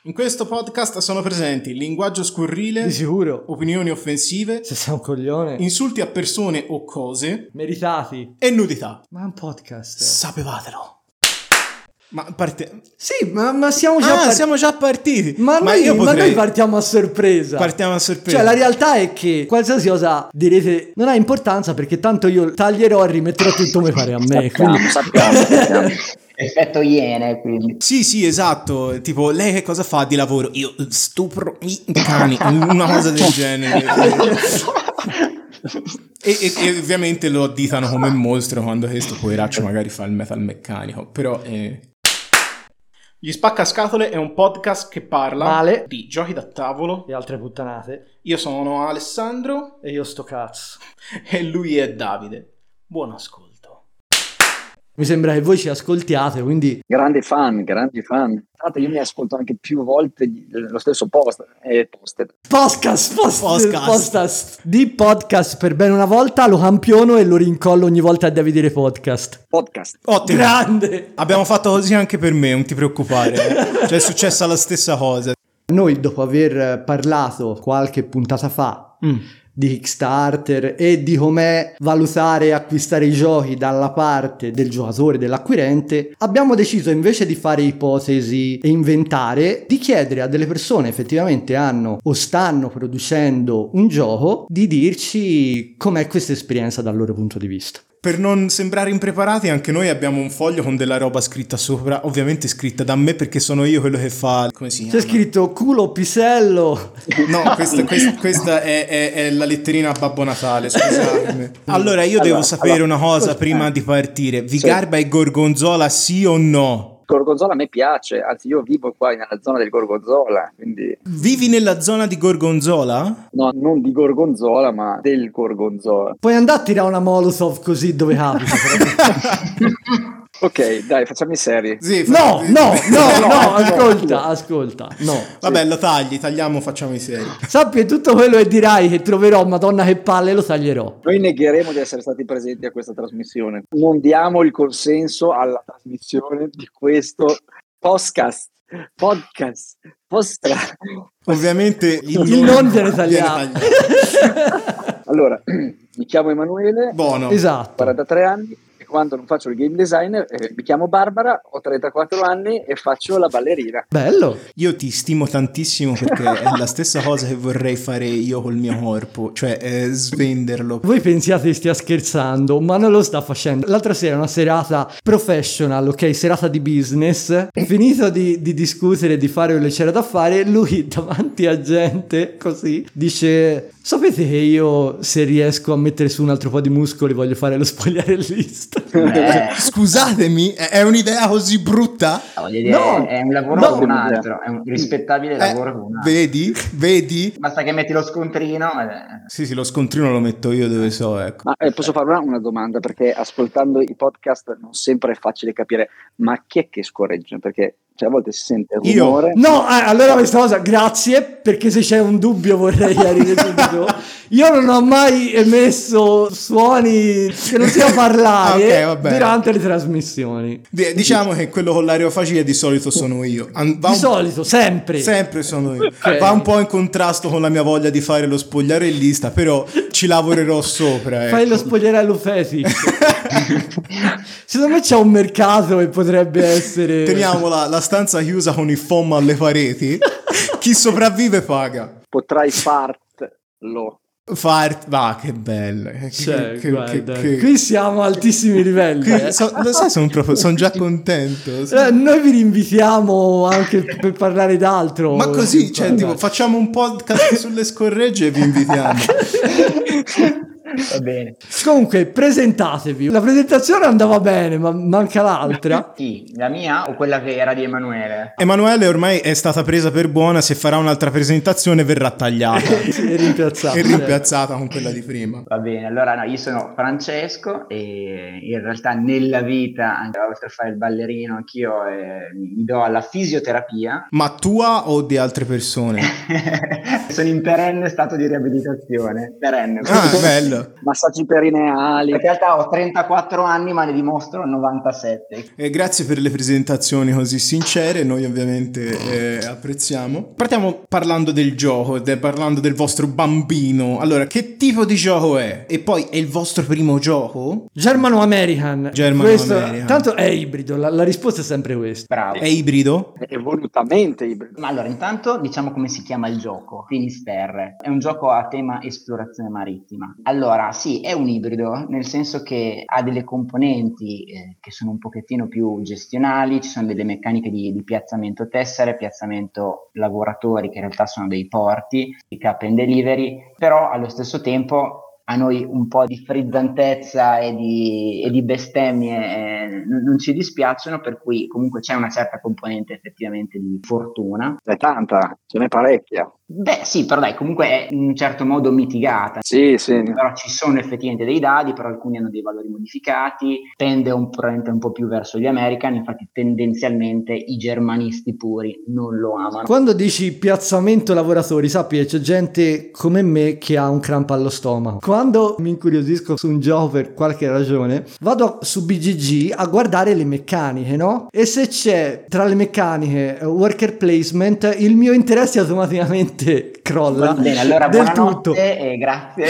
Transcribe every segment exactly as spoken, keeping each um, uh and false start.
In questo podcast sono presenti linguaggio scurrile, di sicuro, opinioni offensive, se sei un coglione, insulti a persone o cose, meritati e nudità. Ma è un podcast. Sapevatelo. Ma parte... Sì, ma, ma siamo già ah, part... siamo già partiti. Ma, ma noi, io potrei... ma noi partiamo a sorpresa. Partiamo a sorpresa. Cioè, la realtà è che qualsiasi cosa direte non ha importanza, perché tanto io taglierò e rimetterò tutto come pare a me. Sappiamo, quindi... sappiamo, sappiamo. Effetto Iene, quindi. Sì, sì, esatto. Tipo, lei che cosa fa di lavoro? Io stupro i cani, una cosa del genere. E, e, e ovviamente lo additano come mostro quando questo poveraccio magari fa il metalmeccanico. Però eh... Gli Spaccascatole è un podcast che parla Male. di giochi da tavolo e altre puttanate. Io sono Alessandro e io sto cazzo e lui è Davide. Buon ascolto. Mi sembra che voi ci ascoltiate, quindi... Grandi fan, grandi fan. Tra l'altro io mi ascolto anche più volte lo stesso post. Eh, post. Podcast, post, podcast. podcast. Di podcast per bene una volta lo campiono e lo rincollo ogni volta a Davide dire podcast. Podcast. Ottimo. Grande. Abbiamo fatto così anche per me, non ti preoccupare. Eh. Cioè è successa la stessa cosa. Noi, dopo aver parlato qualche puntata fa... Mm. di Kickstarter e di com'è valutare e acquistare i giochi dalla parte del giocatore, dell'acquirente, abbiamo deciso, invece di fare ipotesi e inventare, di chiedere a delle persone effettivamente hanno o stanno producendo un gioco, di dirci com'è questa esperienza dal loro punto di vista. Per non sembrare impreparati, anche noi abbiamo un foglio con della roba scritta sopra, ovviamente scritta da me perché sono io quello che fa... Come si chiama? C'è scritto culo pisello. No, questa, questa, questa è, è, è la letterina a Babbo Natale, scusatemi. Allora, io allora, devo sapere allora, una cosa scusa, prima eh. di partire. Vi sì. garba il gorgonzola sì o no? Gorgonzola a me piace, anzi io vivo qua nella zona del Gorgonzola, quindi... Vivi nella zona di Gorgonzola? No, non di Gorgonzola, ma del Gorgonzola. Puoi andare a tirare una Molotov così dove capita. Ok, dai, facciamo i seri. Sì, no, sì. no, no, no, ascolta, ascolta, no. Vabbè, lo tagli, tagliamo, facciamo i seri. Sappi che tutto quello che dirai che troverò, Madonna che palle, lo taglierò. Noi negheremo di essere stati presenti a questa trasmissione. Non diamo il consenso alla trasmissione di questo podcast. Podcast. Postra. Ovviamente il, il non viene tagliato. Allora, mi chiamo Emanuele. Buono. Esatto. quarantatré anni. Quando non faccio il game designer, eh, mi chiamo Barbara, ho trentaquattro anni e faccio la ballerina. Bello. Io ti stimo tantissimo perché è la stessa cosa che vorrei fare io col mio corpo, cioè eh, svenderlo. Voi pensiate che stia scherzando, ma non lo sta facendo. L'altra sera una serata professional, ok, serata di business, finito di, di discutere, di fare quello che c'era da fare, lui davanti a gente così dice: sapete che io, se riesco a mettere su un altro po' di muscoli, voglio fare lo spogliarellista. Eh. Scusatemi, è un'idea così brutta? Dire, no, è un lavoro no, come un altro, è un rispettabile eh, lavoro come un altro. Vedi? Vedi? Basta che metti lo scontrino. Eh. Sì, sì, lo scontrino lo metto io dove so, ecco. Ma eh, posso fare una, una domanda? Perché ascoltando i podcast non sempre è facile capire, ma chi è che scorreggia? Perché cioè, a volte si sente il rumore. Io? No, eh, allora questa cosa, grazie, perché se c'è un dubbio vorrei chiarire subito. Io non ho mai emesso suoni che non sia parlare okay, durante le trasmissioni. D- diciamo che quello con l'aerofagia di solito sono io. An- di un... solito, sempre. Sempre sono io. Okay. Va un po' in contrasto con la mia voglia di fare lo spogliarellista, però ci lavorerò sopra. Ecco. Fai lo spogliarello fetish. Secondo me c'è un mercato e potrebbe essere... Teniamo la, la stanza chiusa con il foam alle pareti. Chi sopravvive paga. Potrai fartlo. Fart, va, che bello. Cioè, che, guarda, che, che... qui siamo a altissimi livelli. Qui, eh. so, lo sai, sono proprio, sono già contento. Eh, noi vi rinvitiamo anche per parlare d'altro. Ma così, cioè, tipo, facciamo un podcast sulle scorregge e vi invitiamo. Va bene. Comunque, presentatevi. La presentazione andava bene, ma manca l'altra. Sì, la mia o quella che era di Emanuele? Emanuele ormai è stata presa per buona, se farà un'altra presentazione verrà tagliata. Sì, è rimpiazzata. È rimpiazzata con quella di prima. Va bene, allora no, io sono Francesco e in realtà nella vita, anche oltre a fare il ballerino, anch'io eh, mi do alla fisioterapia. Ma tua o di altre persone? Sono in perenne stato di riabilitazione. Perenne. Ah, bello. scusa. Massaggi perineali. In realtà ho trentaquattro anni, ma ne dimostro novantasette. Eh, grazie per le presentazioni così sincere, noi ovviamente eh, apprezziamo. Partiamo parlando del gioco, de- parlando del vostro bambino. Allora, che tipo di gioco è? E poi è il vostro primo gioco? Germano-American. Germano-American. Questo, tanto è ibrido, la, la risposta è sempre questa. Bravo. È ibrido? È volutamente ibrido. Ma allora, intanto diciamo come si chiama il gioco. Finisterre. È un gioco a tema esplorazione marittima. Allora, sì, è un ibrido, nel senso che ha delle componenti eh, che sono un pochettino più gestionali, ci sono delle meccaniche di, di piazzamento tessere, piazzamento lavoratori, che in realtà sono dei porti, di cap and delivery, però allo stesso tempo a noi un po' di frizzantezza e di, e di bestemmie eh, n- non ci dispiacciono, per cui comunque c'è una certa componente effettivamente di fortuna. È tanta, ce n'è parecchia. Beh sì, però dai, comunque è in un certo modo mitigata. Sì, sì. Però ci sono effettivamente dei dadi, però alcuni hanno dei valori modificati, tende un, probabilmente un po' più verso gli American, infatti tendenzialmente i germanisti puri non lo amano. Quando dici piazzamento lavoratori, sappi che c'è gente come me che ha un crampo allo stomaco. Quando mi incuriosisco su un gioco per qualche ragione, vado su B G G a guardare le meccaniche, no? E se c'è tra le meccaniche uh, worker placement, il mio interesse automaticamente crolla. Bene, allora del buonanotte tutto. E grazie.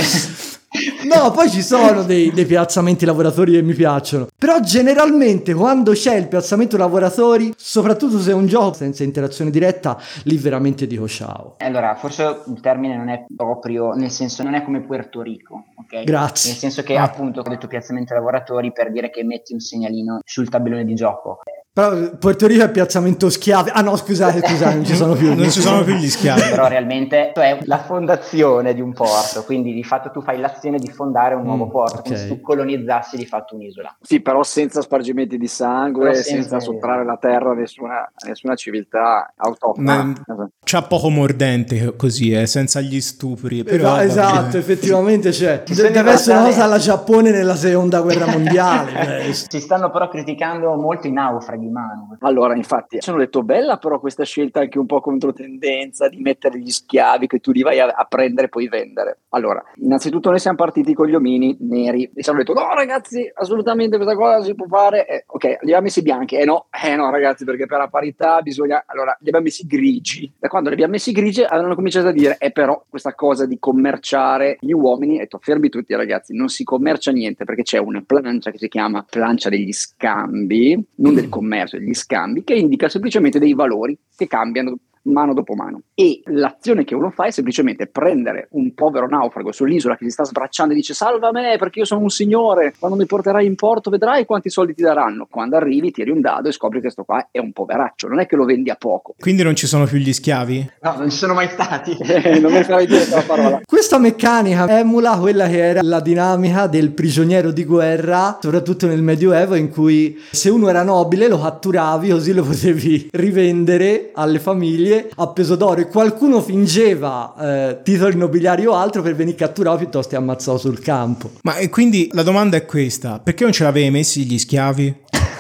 No, poi ci sono dei, dei piazzamenti lavoratori che mi piacciono, però generalmente quando c'è il piazzamento lavoratori, soprattutto se è un gioco senza interazione diretta, lì veramente dico ciao. Allora, forse il termine non è proprio, nel senso non è come Puerto Rico, ok? Grazie. Nel senso che Ah. appunto ho detto piazzamento lavoratori per dire che metti un segnalino sul tabellone di gioco. Però Puerto Rico è piazzamento schiavi. Ah no, scusate, scusate, non ci sono più. Non ci sono più gli schiavi. Però realmente è la fondazione di un porto, quindi di fatto tu fai l'azione di fondare un nuovo Mm, porto, ok. come se tu colonizzassi di fatto un'isola. Sì, però senza spargimenti di sangue, Però senza, senza- sottrarre la terra a nessuna, a nessuna civiltà autoctona. Ne- C'ha poco mordente così, eh, senza gli stupri. Però, Esatto, va esatto, bene. effettivamente c'è. Bisogna Deve essere una guardare- cosa alla Giappone nella seconda guerra mondiale. questo. Ci stanno però criticando molto i naufraghi, Manu. Allora, infatti, ci hanno detto bella però questa scelta anche un po' controtendenza di mettere gli schiavi che tu li vai a, a prendere e poi vendere. Allora, innanzitutto noi siamo partiti con gli omini neri e ci hanno detto no ragazzi, assolutamente questa cosa si può fare. Eh, ok, li abbiamo messi bianchi. Eh no, eh no ragazzi, perché per la parità bisogna... Allora, li abbiamo messi grigi. Da quando li abbiamo messi grigi hanno cominciato a dire eh però questa cosa di commerciare gli uomini, ho detto fermi tutti ragazzi, non si commercia niente perché c'è una plancia che si chiama plancia degli scambi, non del commercio, degli scambi, che indica semplicemente dei valori che cambiano mano dopo mano, e l'azione che uno fa è semplicemente prendere un povero naufrago sull'isola che si sta sbracciando e dice salva me perché io sono un signore, quando mi porterai in porto vedrai quanti soldi ti daranno. Quando arrivi tiri un dado e scopri che sto qua è un poveraccio, non è che lo vendi a poco. Quindi non ci sono più gli schiavi? No, non ci sono mai stati. Eh, non mi farai dire quella parola. Questa meccanica emula quella che era la dinamica del prigioniero di guerra, soprattutto nel Medioevo, in cui se uno era nobile lo catturavi, così lo potevi rivendere alle famiglie a peso d'oro, e qualcuno fingeva eh, titoli nobiliari o altro per venire catturato piuttosto che ammazzato sul campo. Ma e quindi la domanda è questa: perché non ce l'avevi messi gli schiavi?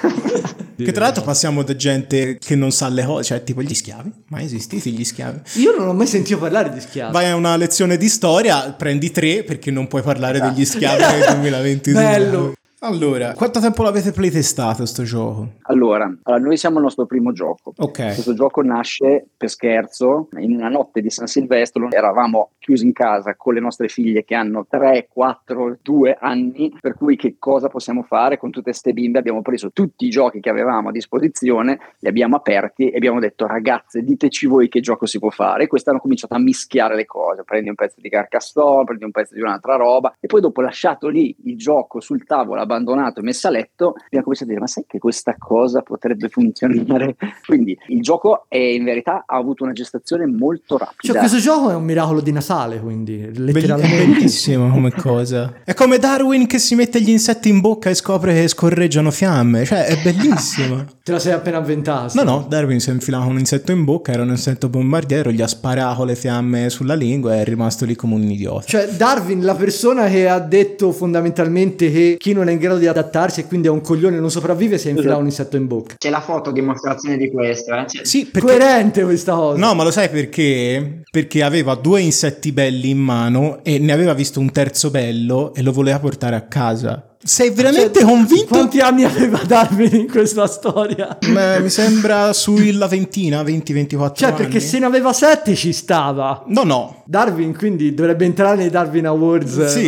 Che tra l'altro passiamo da gente che non sa le cose, cioè tipo gli schiavi, mai esistiti gli schiavi? Io non ho mai sentito parlare di schiavi. Vai a una lezione di storia, prendi tre perché non puoi parlare Esatto. degli schiavi nel duemilaventidue. Bello. Allora, quanto tempo l'avete playtestato sto gioco? Allora, allora, noi siamo al nostro primo gioco. Ok. Questo gioco nasce per scherzo in una notte di San Silvestro. Eravamo chiusi in casa con le nostre figlie che hanno tre, quattro, due anni, per cui che cosa possiamo fare con tutte ste bimbe? Abbiamo preso tutti i giochi che avevamo a disposizione, li abbiamo aperti e abbiamo detto ragazze diteci voi che gioco si può fare, e queste hanno cominciato a mischiare le cose, prendi un pezzo di Carcassonne, prendi un pezzo di un'altra roba, e poi dopo lasciato lì il gioco sul tavolo abbandonato e messo a letto, abbiamo cominciato a dire ma sai che questa cosa potrebbe funzionare? Quindi il gioco è, in verità ha avuto una gestazione molto rapida. Cioè questo gioco è un miracolo di Natale, quindi È letteralmente. bellissimo come cosa. È come Darwin che si mette gli insetti in bocca e scopre che scorreggiano fiamme, cioè è bellissimo. Te la sei appena inventata? No, no, Darwin si è infilato un insetto in bocca, era un insetto bombardiero, gli ha sparato le fiamme sulla lingua e è rimasto lì come un idiota. Cioè Darwin, la persona che ha detto fondamentalmente che chi non è in grado di adattarsi e quindi è un coglione non sopravvive, si è infilato un insetto in bocca. C'è la foto a dimostrazione di questo, eh? Cioè, Sì, perché... Coerente questa cosa. No, ma lo sai perché? Perché aveva due insetti belli in mano e ne aveva visto un terzo bello e lo voleva portare a casa. Sei veramente cioè, convinto? Quanti anni aveva Darwin in questa storia? Ma mi sembra sulla ventina, venti ventiquattro Cioè, anni. perché se ne aveva sette ci stava. No, no. Darwin quindi dovrebbe entrare nei Darwin Awards. Sì.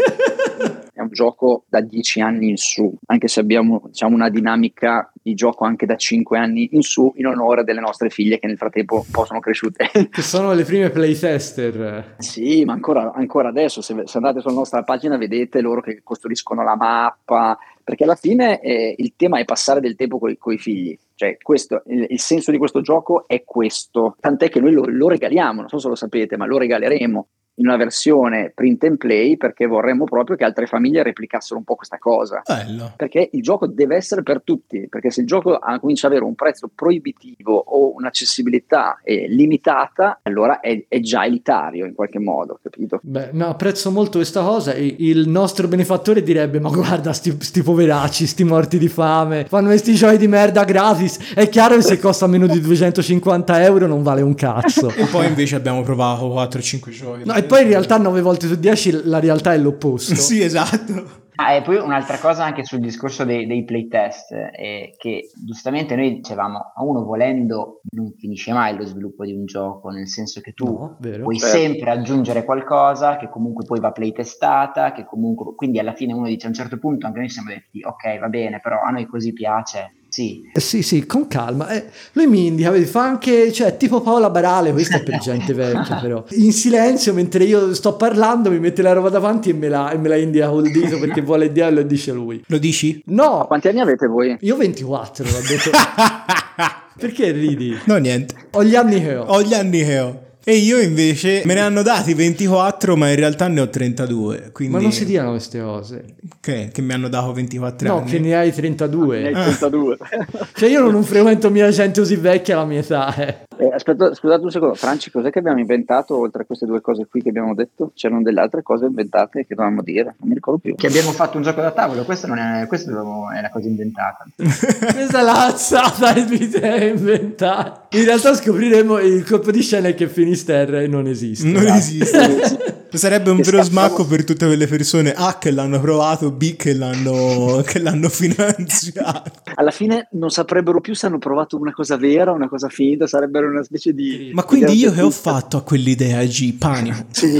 È un gioco da dieci anni in su, anche se abbiamo, diciamo, una dinamica di gioco anche da cinque anni in su, in onore delle nostre figlie che nel frattempo poi sono cresciute. Che sono le prime playtester. Sì, ma ancora, ancora adesso, se, se andate sulla nostra pagina vedete loro che costruiscono la mappa, perché alla fine eh, il tema è passare del tempo con i figli. Cioè, questo, il, il senso di questo gioco è questo, tant'è che noi lo, lo regaliamo, non so se lo sapete, ma lo regaleremo in una versione print and play perché vorremmo proprio che altre famiglie replicassero un po' questa cosa. Bello. Perché il gioco deve essere per tutti, perché se il gioco ha, comincia ad avere un prezzo proibitivo o un'accessibilità eh, limitata, allora è, è già elitario in qualche modo, capito? Beh, no, apprezzo molto questa cosa e il nostro benefattore direbbe: ma guarda sti, sti poveracci, sti morti di fame, fanno questi giochi di merda gratis. È chiaro che se costa meno di duecentocinquanta euro non vale un cazzo. E poi invece abbiamo provato quattro cinque giochi. No, e poi in realtà nove volte su dieci la realtà è l'opposto. Sì, esatto. Ah, e poi un'altra cosa anche sul discorso dei, dei playtest è che giustamente noi dicevamo, a uno volendo non finisce mai lo sviluppo di un gioco, nel senso che tu No, vero. puoi Certo. sempre aggiungere qualcosa che comunque poi va playtestata, che comunque, quindi alla fine uno dice a un certo punto, anche noi ci siamo detti ok va bene, però a noi così piace. Sì. Eh sì, sì, con calma. Eh, lui mi indica, vedi, fa anche, cioè, tipo Paola Barale, questa è per gente vecchia, però. In silenzio, mentre io sto parlando, mi mette la roba davanti e me la, e me la indica col dito perché vuole dirlo e dice lui. Lo dici? No, Quanti anni avete voi? io ventiquattro, l'ho detto. Perché ridi? No, niente. Ho gli anni che ho. Ho gli anni che ho. E io invece me ne hanno dati ventiquattro, ma in realtà ne ho trentadue. Quindi... Ma non si diano queste cose. Che, che mi hanno dato ventiquattro No, anni. che ne hai trentadue. Ne hai trentadue. Cioè io non frequento mia gente così vecchia alla mia età, eh. Eh, aspetta, scusate un secondo, Franci, cos'è che abbiamo inventato oltre a queste due cose qui che abbiamo detto? C'erano delle altre cose inventate che dovevamo dire, non mi ricordo più. Che abbiamo fatto un gioco da tavolo, questo non è, questo dovevamo, è la cosa inventata. Questa è la alzata di te inventata. In realtà scopriremo il colpo di scena è che Finisterre non esiste. Non Dai. esiste. Sarebbe un Che vero scappavo- smacco per tutte quelle persone A che l'hanno provato, B che l'hanno, che l'hanno finanziato. Alla fine non saprebbero più se hanno provato una cosa vera o una cosa finta, sarebbero una specie di... Ma quindi io che ho fatto? fatto a quell'idea G? Panico. Sì.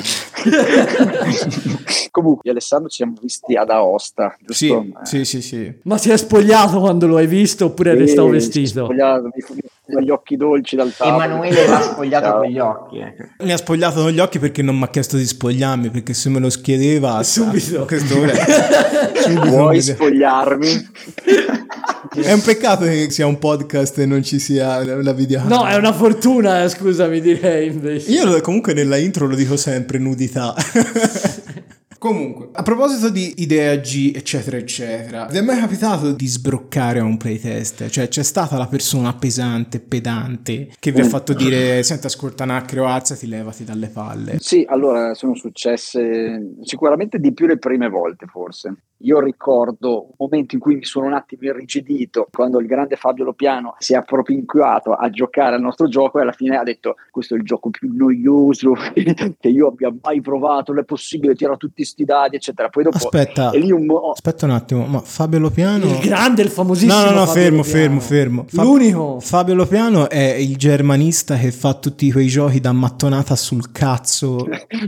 Comunque, io e Alessandro ci siamo visti ad Aosta, Sì, giusto? sì, sì, sì. Ma si è spogliato quando lo hai visto oppure Eh, restavo si è vestito? spogliato, mi fu- con gli occhi dolci dal tavolo. Emanuele l'ha spogliato Ciao. con gli occhi. Ecco. Mi ha spogliato con gli occhi perché non mi ha chiesto di spogliarmi, perché se me lo chiedeva Subito. a quest'ora subito Vuoi mi- spogliarmi? È un peccato che sia un podcast e non ci sia la, la videocamera. No, è una fortuna, eh, scusami, direi invece. Io lo- comunque nella intro lo dico sempre, nudità. Comunque, a proposito di idea G, eccetera, eccetera, vi è mai capitato di sbroccare a un playtest? Cioè, c'è stata la persona pesante, pedante, che vi ha fatto dire, senti, ascolta Nacchero, alzati, levati dalle palle. Sì, allora sono successe sicuramente di più le prime volte, forse. Io ricordo un momento in cui mi sono un attimo irrigidito quando il grande Fabio Lopiano si è appropinquiato a giocare al nostro gioco e alla fine ha detto: questo è il gioco più noioso che io abbia mai provato, non è possibile, tira tutti sti dadi, eccetera. Poi dopo Aspetta, e lì un mo- aspetta un attimo, ma Fabio Lopiano... Il grande, il famosissimo No, no, no, Fabio fermo, Lopiano. fermo, fermo. Fa- L'unico. Fabio Lopiano è il germanista che fa tutti quei giochi da mattonata sul cazzo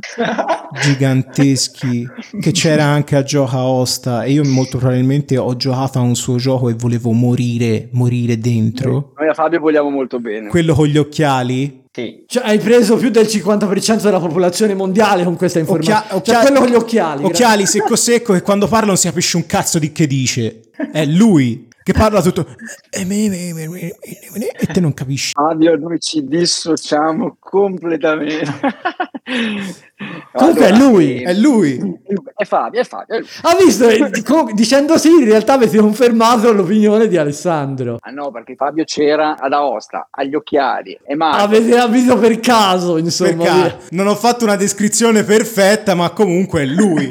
giganteschi, che c'era anche a Gioca Aosta, e io molto probabilmente ho giocato a un suo gioco e volevo morire, morire dentro. noi a Fabio vogliamo molto bene. Quello con gli occhiali? Sì. Cioè, hai preso più del cinquanta per cento della popolazione mondiale con questa informazione. Occhia- Cioè, quello con gli occhiali. Occhiali secco secco che quando parla non si capisce un cazzo di che dice. È lui che parla tutto e te non capisci. Fabio, noi ci dissociamo completamente. Comunque è lui. eh, È lui. è Fabio, è Fabio. È lui. Ha visto? Dicendo sì, in realtà avete confermato l'opinione di Alessandro. Ah no, perché Fabio c'era ad Aosta, agli occhiali, e Marco. Avete capito per caso, insomma. Perché non ho fatto una descrizione perfetta, ma comunque è lui.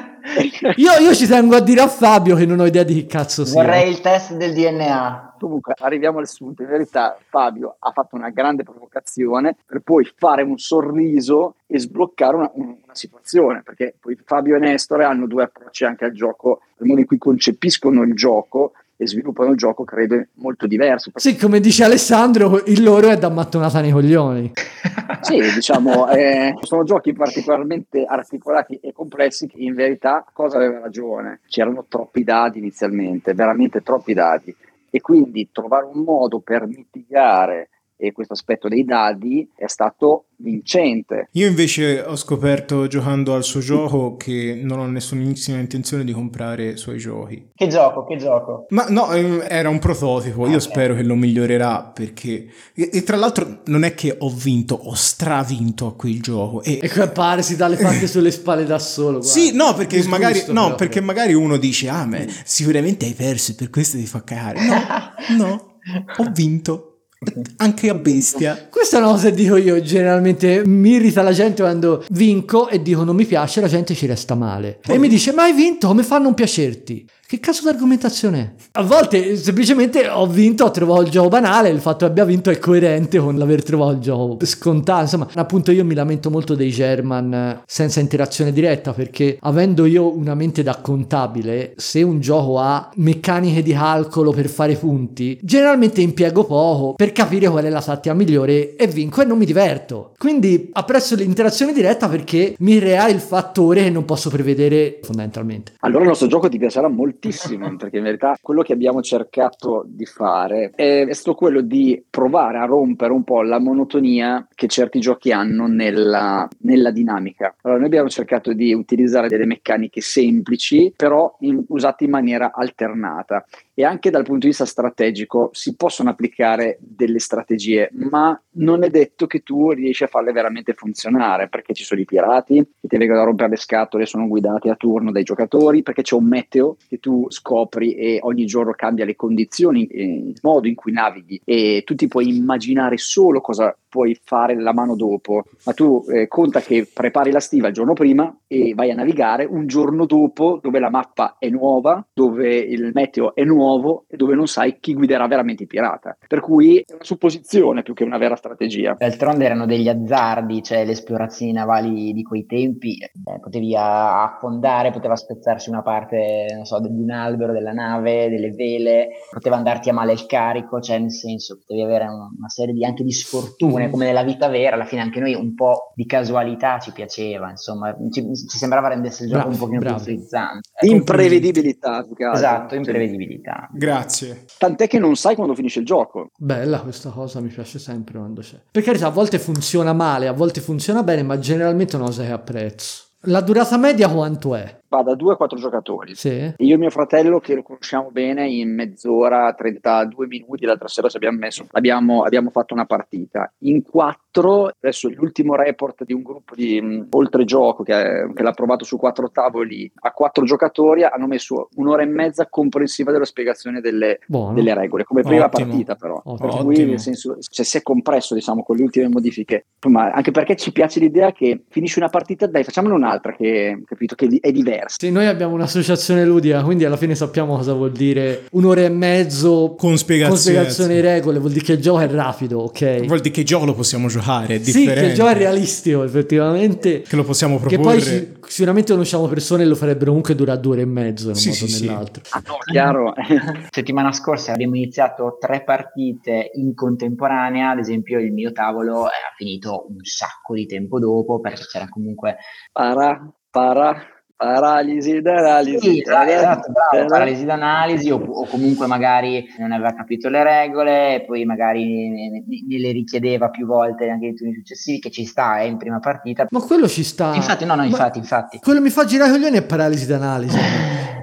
io, io ci tengo a dire a Fabio che non ho idea di che cazzo sia. Vorrei il test del D N A. Comunque arriviamo al sunto. In verità Fabio ha fatto una grande provocazione per poi fare un sorriso e sbloccare una, una situazione, perché poi Fabio e Nestore hanno due approcci anche al gioco, il modo in cui concepiscono il gioco e sviluppano il gioco, credo, molto diverso. Sì, come dice Alessandro, il loro è da mattonata nei coglioni. Sì, diciamo, eh, sono giochi particolarmente articolati e complessi che in verità, cosa aveva ragione? C'erano troppi dadi inizialmente, veramente troppi dadi, e quindi trovare un modo per mitigare e questo aspetto dei dadi è stato vincente. Io invece ho scoperto giocando al suo gioco che non ho nessunissima intenzione di comprare i suoi giochi. Che gioco, che gioco? Ma no, era un prototipo, io okay. Spero che lo migliorerà, perché e, e tra l'altro non è che ho vinto, ho stravinto a quel gioco e, e qua pare si dà le patte sulle spalle da solo, guarda. Sì, no, perché Disgusto, magari no, proprio. Perché magari uno dice "Ah, ma sicuramente hai perso e per questo ti fa cagare". No, no, ho vinto. Anche a bestia. Questa è una cosa che dico io generalmente, mi irrita la gente quando vinco e dico non mi piace, la gente ci resta male e mi dice ma hai vinto, come fa a non piacerti? Che cazzo di argomentazione è? A volte semplicemente ho vinto, ho trovato il gioco banale, il fatto che abbia vinto è coerente con l'aver trovato il gioco scontato. Insomma, appunto io mi lamento molto dei German senza interazione diretta, perché avendo io una mente da contabile, se un gioco ha meccaniche di calcolo per fare punti, generalmente impiego poco per capire qual è la tattica migliore e vinco e non mi diverto. Quindi apprezzo l'interazione diretta perché mi crea il fattore che non posso prevedere fondamentalmente. Allora il nostro gioco ti piacerà molto perché in verità quello che abbiamo cercato di fare è stato quello di provare a rompere un po' la monotonia che certi giochi hanno nella, nella dinamica. Allora noi abbiamo cercato di utilizzare delle meccaniche semplici però in, usate in maniera alternata, e anche dal punto di vista strategico si possono applicare delle strategie, ma non è detto che tu riesci a farle veramente funzionare, perché ci sono i pirati che ti vengono a rompere le scatole, sono guidati a turno dai giocatori, perché c'è un meteo che tu scopri e ogni giorno cambia le condizioni, il modo in cui navighi, e tu ti puoi immaginare solo cosa puoi fare la mano dopo, ma tu eh, conta che prepari la stiva il giorno prima e vai a navigare un giorno dopo dove la mappa è nuova, dove il meteo è nuovo e dove non sai chi guiderà veramente il pirata, per cui è una supposizione più che una vera strategia. D'altronde erano degli azzardi, cioè le esplorazioni navali di quei tempi, eh, potevi affondare, poteva spezzarsi una parte, non so, di un albero della nave, delle vele, poteva andarti a male il carico, cioè nel senso potevi avere una, una serie di anche di sfortune come nella vita vera. Alla fine anche noi un po' di casualità ci piaceva, insomma ci, ci sembrava rendesse il gioco bravo, un pochino bravo. più frizzante, imprevedibilità, esatto, imprevedibilità. Grazie. Tant'è che non sai quando finisce il gioco. Bella questa cosa, mi piace sempre quando c'è. Per carità, a volte funziona male, a volte funziona bene, ma generalmente è una cosa che apprezzo. La durata media quanto è? Va da due a quattro giocatori. Sì. Io e mio fratello, che lo conosciamo bene, in mezz'ora, trentadue minuti, l'altra sera ci abbiamo messo, abbiamo, abbiamo fatto una partita. In quattro, adesso l'ultimo report di un gruppo di mh, oltregioco che, che l'ha provato su quattro tavoli a quattro giocatori, hanno messo un'ora e mezza comprensiva della spiegazione delle, delle regole, come prima Ottimo. partita però. Ottimo. Per cui nel senso, cioè, si è compresso, diciamo, con le ultime modifiche. Ma anche perché ci piace l'idea che finisci una partita, dai, facciamone un'altra che, capito, che è diversa. Sì, noi abbiamo un'associazione ludica, quindi alla fine sappiamo cosa vuol dire un'ora e mezzo con spiegazione, con spiegazione di regole, vuol dire che il gioco è rapido, ok? Vuol dire che il gioco lo possiamo giocare, è sì, differente. Che il gioco è realistico, effettivamente. Che lo possiamo proporre. Che poi ci, sicuramente conosciamo persone che lo farebbero comunque durare due ore e mezzo in un sì, modo o sì, nell'altro. Sì. Ah no, chiaro. Settimana scorsa abbiamo iniziato tre partite in contemporanea, ad esempio il mio tavolo ha finito un sacco di tempo dopo perché c'era comunque para, para, paralisi d'analisi. Sì, esatto, bravo, paralisi d'analisi o, o comunque magari non aveva capito le regole e poi magari ne, ne le richiedeva più volte anche nei turni successivi, che ci sta eh, in prima partita. Ma quello ci sta. Infatti, no, no, infatti, infatti. Quello mi fa girare i coglioni è paralisi d'analisi.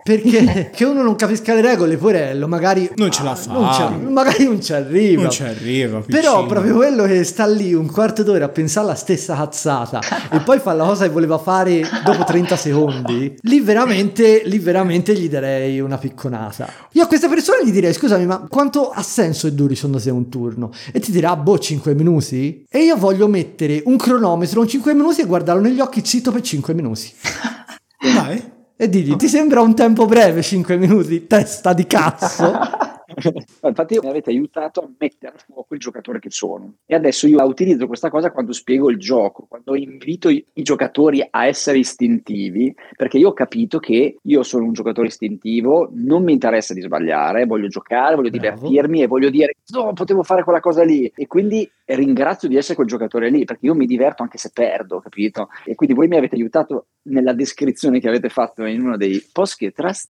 perché che uno non capisca le regole, porello, magari non ce la fa, non ci, magari non ci arriva, non ci arriva piccino. Però proprio quello che sta lì un quarto d'ora a pensare alla stessa cazzata e poi fa la cosa che voleva fare dopo trenta secondi, lì veramente lì veramente gli darei una picconata. Io a questa persona gli direi: scusami, ma quanto ha senso che duri secondo te un turno? E ti dirà: boh, cinque minuti. E io voglio mettere un cronometro in cinque minuti e guardarlo negli occhi zitto per cinque minuti. Vai. E digli: ti sembra un tempo breve cinque minuti, testa di cazzo? Infatti mi avete aiutato a mettere a fuoco il giocatore che sono, e adesso io utilizzo questa cosa quando spiego il gioco, quando invito i, i giocatori a essere istintivi, perché io ho capito che io sono un giocatore istintivo, non mi interessa di sbagliare, voglio giocare, voglio Bravo. divertirmi e voglio dire no, potevo fare quella cosa lì, e quindi ringrazio di essere quel giocatore lì, perché io mi diverto anche se perdo, capito? E quindi voi mi avete aiutato nella descrizione che avete fatto in uno dei podcast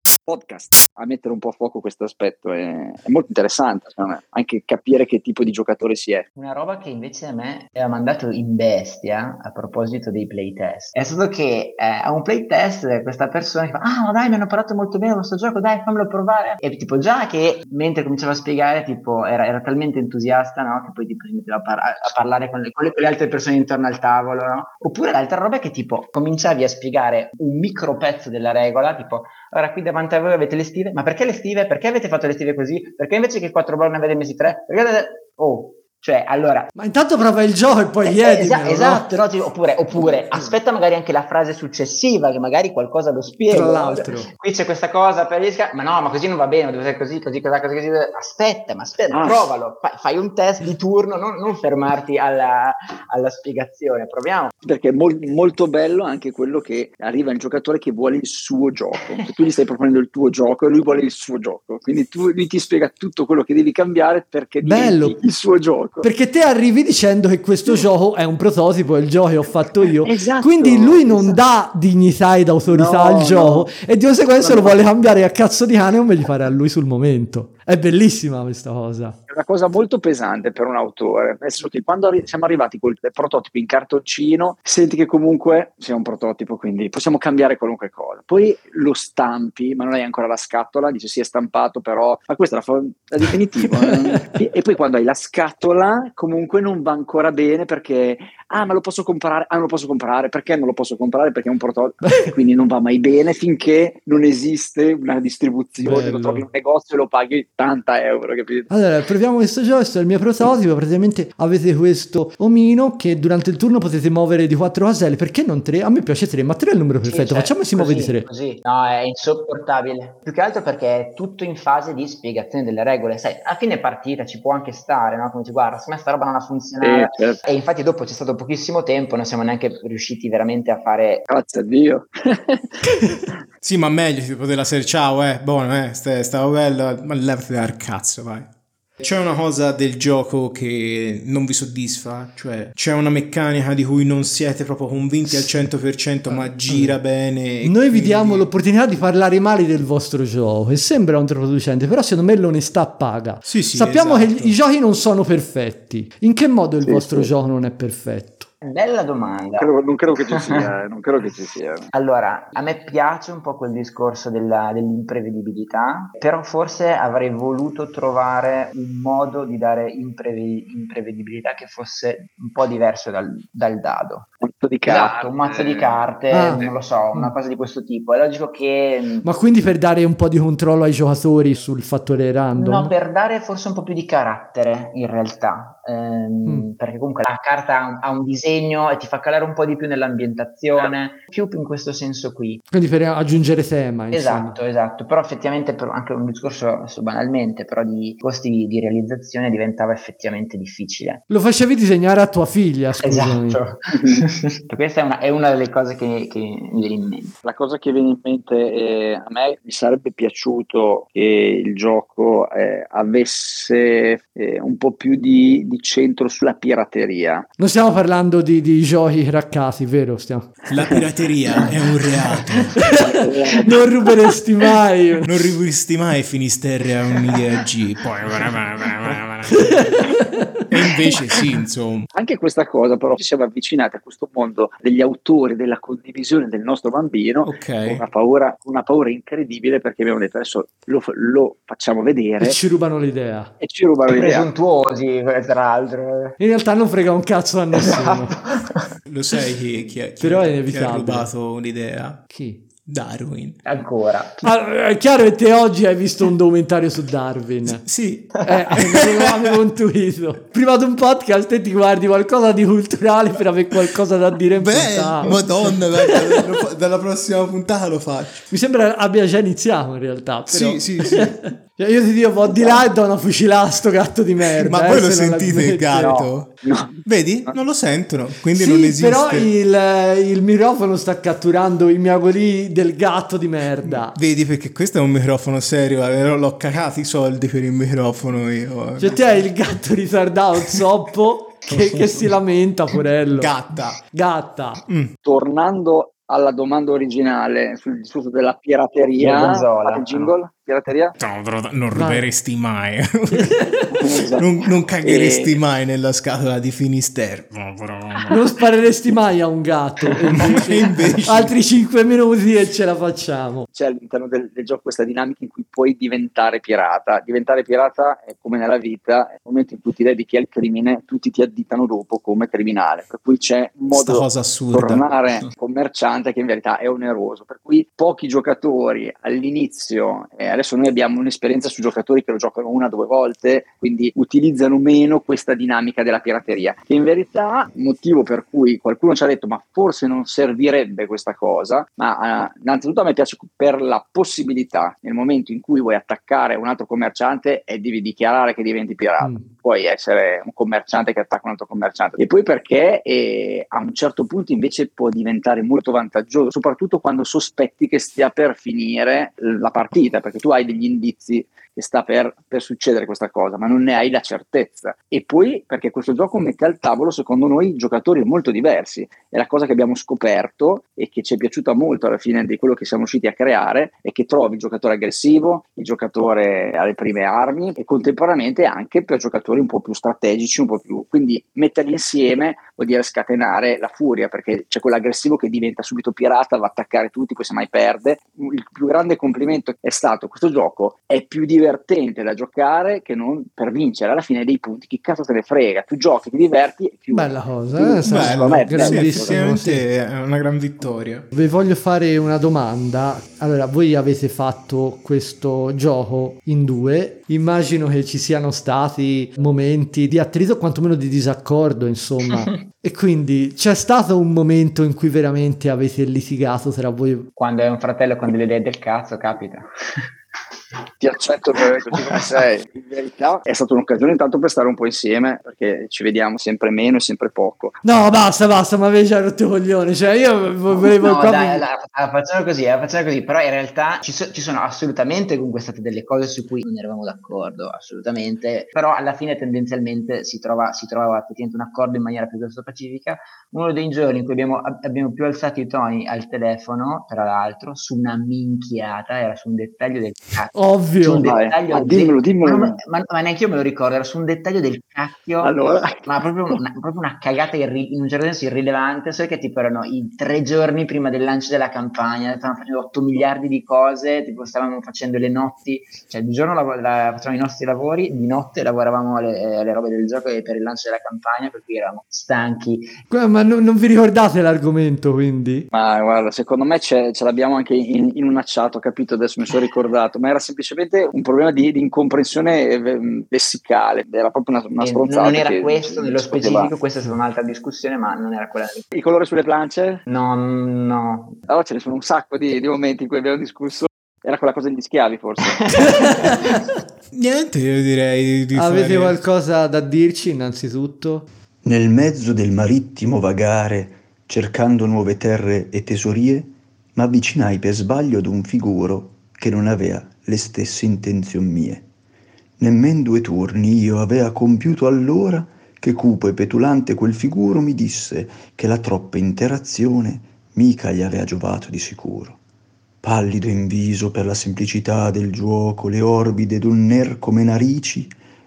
a mettere un po' a fuoco questo aspetto. È, è molto interessante, secondo me, anche capire che tipo di giocatore si è. Una roba che invece a me ha mandato in bestia a proposito dei playtest è stato che eh, a un playtest questa persona che fa: ah, ma dai, mi hanno parlato molto bene questo gioco, dai, fammelo provare. E tipo già che mentre cominciava a spiegare tipo era, era talmente entusiasta, no, che poi tipo si metteva a, par- a parlare con le, con le, con le altre persone intorno al tavolo, no? Oppure l'altra roba è che tipo cominciavi a spiegare un micro pezzo della regola, tipo: ora qui davanti a voi avete le stive, ma perché le stive? Perché avete fatto le stive così? Perché invece che quattro ball ne avete messi tre? Perché... oh, cioè allora Ma intanto prova il gioco e poi eh, gli editi, esa- no? esatto, no? Tipo, oppure, oppure aspetta magari anche la frase successiva che magari qualcosa lo spiega. Tra l'altro. Qui c'è questa cosa per gli sca- ma no, ma così non va bene, deve essere così, così, così, così, così. Aspetta, ma aspetta, Ah. provalo, fai, fai un test di turno, non, non fermarti alla, alla spiegazione, proviamo. Perché è mol- molto bello anche quello che arriva il giocatore che vuole il suo gioco, cioè, tu gli stai proponendo il tuo gioco e lui vuole il suo gioco, quindi tu, lui ti spiega tutto quello che devi cambiare perché Bello. diventi il suo gioco. Perché te arrivi dicendo che questo gioco è un prototipo, è il gioco che ho fatto io, Esatto, quindi lui non esatto. dà dignità ed autorità No, al gioco, no. e di conseguenza No, lo no. vuole cambiare a cazzo di cane come gli pare a lui sul momento. È bellissima questa cosa. È una cosa molto pesante per un autore, nel senso che quando arri- siamo arrivati col prototipo in cartoncino, senti che comunque sia un prototipo, quindi possiamo cambiare qualunque cosa. Poi lo stampi, ma non hai ancora la scatola, dice sì è stampato, però ma questa è la, fo- la definitiva. eh. E poi quando hai la scatola, comunque non va ancora bene perché ah ma lo posso comprare, ah non lo posso comprare, perché non lo posso comprare? Perché è un prototipo, e quindi non va mai bene finché non esiste una distribuzione, Bello. lo trovi in un negozio e lo paghi ottanta euro, capito? Allora, proviamo questo gioco, questo è il mio prototipo. Praticamente avete questo omino che durante il turno potete muovere di quattro caselle. Perché non tre? A me piace tre, ma tre è il numero perfetto. Sì, cioè, Facciamo che si muove di così, tre. così. No, è insopportabile. Più che altro perché è tutto in fase di spiegazione delle regole. Sai, a fine partita ci può anche stare, no? Come dici, guarda, secondo me sta roba non ha funzionato. Sì, certo. E infatti dopo c'è stato pochissimo tempo, non siamo neanche riusciti veramente a fare... Grazie a Dio. Sì, ma meglio tipo della serie ciao, eh, buono, eh, st- stavo bello, ma levati dal cazzo, vai. C'è una cosa del gioco che non vi soddisfa? Cioè, c'è una meccanica di cui non siete proprio convinti al cento per cento, ma gira bene? e Noi vi quindi- diamo l'opportunità di parlare male del vostro gioco, e sembra un controproducente, però secondo me l'onestà paga. Sì, sì, Sappiamo esatto. che i giochi non sono perfetti. In che modo il Sì, vostro sì. gioco non è perfetto? Bella domanda. Credo- non credo che ci sia, eh, non credo che ci sia. Allora, a me piace un po' quel discorso della- dell'imprevedibilità, però forse avrei voluto trovare un modo di dare impreve- imprevedibilità che fosse un po' diverso dal, dal dado. Un mazzo di carte. Esatto, un mazzo di carte, Ah. non lo so, una cosa di questo tipo. È logico che... Ma quindi per dare un po' di controllo ai giocatori sul fattore random? No, per dare forse un po' più di carattere in realtà, ehm, Mm. perché comunque la carta ha un, ha un disegno e ti fa calare un po' di più nell'ambientazione, più in questo senso qui. Quindi per aggiungere tema, insomma. Esatto, esatto, però effettivamente per anche un discorso adesso banalmente, però di costi di, di realizzazione diventava effettivamente difficile. Lo facevi disegnare a tua figlia, scusami. Esatto. Questa è una, è una delle cose che, che mi viene in mente. La cosa che viene in mente è, a me mi sarebbe piaciuto che il gioco eh, avesse eh, un po' più di, di centro sulla pirateria. Non stiamo parlando di, di giochi craccati, vero? Stiamo... La pirateria è un reato. Non ruberesti mai. Non rubristi mai Finisterre a un'idea G. Poi... E invece sì, insomma. Anche questa cosa però ci siamo avvicinati a questo mondo degli autori, della condivisione del nostro bambino, Ok. con una paura, una paura incredibile, perché abbiamo detto adesso lo, lo facciamo vedere E ci rubano l'idea. e ci rubano l'idea. Presuntuosi, tra l'altro. In realtà non frega un cazzo a nessuno. Lo sai chi, chi, chi, Però è chi ha inevitabile. rubato un'idea? Chi? Darwin. Ancora. Allora, è chiaro che te oggi hai visto un documentario su Darwin. Sì. Eh, non l'avevo intuito. Prima di un podcast te ti guardi qualcosa di culturale per avere qualcosa da dire in Beh, puntata. madonna, guarda, lo fa- dalla prossima puntata lo faccio. Mi sembra abbia già iniziato in realtà. Però. Sì, sì, sì. Cioè, io ti dico, vado di là e do una fucilata a sto gatto di merda. Ma eh, voi lo se non la sentite il smette. gatto? No. Vedi? Non lo sentono, quindi Sì, non esiste. però il, il microfono sta catturando i miagoli del gatto di merda. Vedi, perché questo è un microfono serio, eh, l'ho cagato i soldi per il microfono io. Cioè te hai il gatto ritardato zoppo che, che si lamenta, porello. Gatta. Gatta. Tornando alla domanda originale sul discorso della pirateria, Gorgonzola. fate il jingle? Pirateria? No, però non Vai. ruberesti mai. non, non cagheresti E- mai nella scatola di Finisterre. No, però, no. Non spareresti mai a un gatto. E invece, E invece- altri cinque minuti e ce la facciamo. C'è all'interno del, del gioco questa dinamica in cui puoi diventare pirata. Diventare pirata è come nella vita, nel momento in cui ti dedichi al crimine, tutti ti additano dopo come criminale. Per cui c'è un Sta modo cosa di assurda. tornare commerciante che in verità è oneroso. Per cui pochi giocatori all'inizio, e adesso noi abbiamo un'esperienza su giocatori che lo giocano una o due volte, quindi utilizzano meno questa dinamica della pirateria. Che in verità, motivo per cui qualcuno ci ha detto ma forse non servirebbe questa cosa, ma eh, innanzitutto a me piace per la possibilità, nel momento in cui vuoi attaccare un altro commerciante e devi dichiarare che diventi pirata. Mm. Puoi essere un commerciante che attacca un altro commerciante. E poi perché eh, a un certo punto invece può diventare molto vantaggioso, soprattutto quando sospetti che stia per finire la partita, perché tu hai degli indizi che sta per, per succedere questa cosa, ma non ne hai la certezza. E poi perché questo gioco mette al tavolo, secondo noi, giocatori molto diversi. È la cosa che abbiamo scoperto e che ci è piaciuta molto alla fine di quello che siamo riusciti a creare, è che trovi il giocatore aggressivo, il giocatore alle prime armi e contemporaneamente anche per giocatori un po' più strategici, un po' più... Quindi metterli insieme vuol dire scatenare la furia, perché c'è quell'aggressivo che diventa subito pirata, va a attaccare tutti, poi semmai perde. Il più grande complimento è stato: questo gioco è più divertente da giocare che non per vincere. Alla fine dei punti chi cazzo te ne frega, tu giochi, ti diverti e chiudi. Bella cosa, Sì, eh? secondo Bello, me è sì, bellissimo, effettivamente sì. è una gran vittoria. Vi voglio fare una domanda. Allora, voi avete fatto questo gioco in due. Immagino che ci siano stati momenti di attrito o quantomeno di disaccordo, insomma. E quindi c'è stato un momento in cui veramente avete litigato tra voi? Quando è un fratello con delle idee del cazzo, capita. Ti accetto per così come sei. In verità è stata un'occasione intanto per stare un po' insieme, perché ci vediamo sempre meno e sempre poco. No, basta, basta, ma avevi già rotto i coglioni. Cioè, io volevo... No, proprio- dai, la, la facciamo così, la facciamo così. Però in realtà ci, so- ci sono assolutamente comunque state delle cose su cui non eravamo d'accordo, assolutamente. Però alla fine tendenzialmente si trova, si trova effettivamente un accordo in maniera piuttosto pacifica. Uno dei giorni in cui abbiamo, ab- abbiamo più alzato i toni al telefono, tra l'altro, su una minchiata, era su un dettaglio del cazzo. Ovvio. Su un Vai. dettaglio Ah, dimmelo, del- dimmelo. Ma, ma, ma neanche io me lo ricordo, era su un dettaglio del cacchio. Allora, Ma proprio una, proprio una cagata irri- in un certo senso irrilevante, so che tipo erano i tre giorni prima del lancio della campagna, stavamo facendo otto miliardi di cose, tipo stavamo facendo le notti, cioè di giorno lav- la- facevamo i nostri lavori, di notte lavoravamo alle, alle robe del gioco e per il lancio della campagna, per cui eravamo stanchi. Ma non, non vi ricordate l'argomento, quindi? ma guarda, secondo me c'è- ce l'abbiamo anche in, in una chat, ho capito, adesso mi sono ricordato, ma era semplicemente un problema di, di incomprensione eh, lessicale, era proprio una, una E stronzata. non era che questo nello si poteva- specifico, questa è stata un'altra discussione, ma non era quella. I colori sulle plance? No, no. Allora ce ne sono un sacco di, di momenti in cui abbiamo discusso. Era quella cosa degli schiavi, forse. Niente, io direi di Avete fare... qualcosa da dirci innanzitutto? Nel mezzo del marittimo vagare, cercando nuove terre e tesorie, m'avvicinai per sbaglio ad un figuro che non avea le stesse intenzioni mie. Nemmen due turni io avea compiuto allora che cupo e petulante quel figuro mi disse che la troppa interazione mica gli avea giovato di sicuro. Pallido in viso per la semplicità del giuoco, le orbide d'un ner come narici,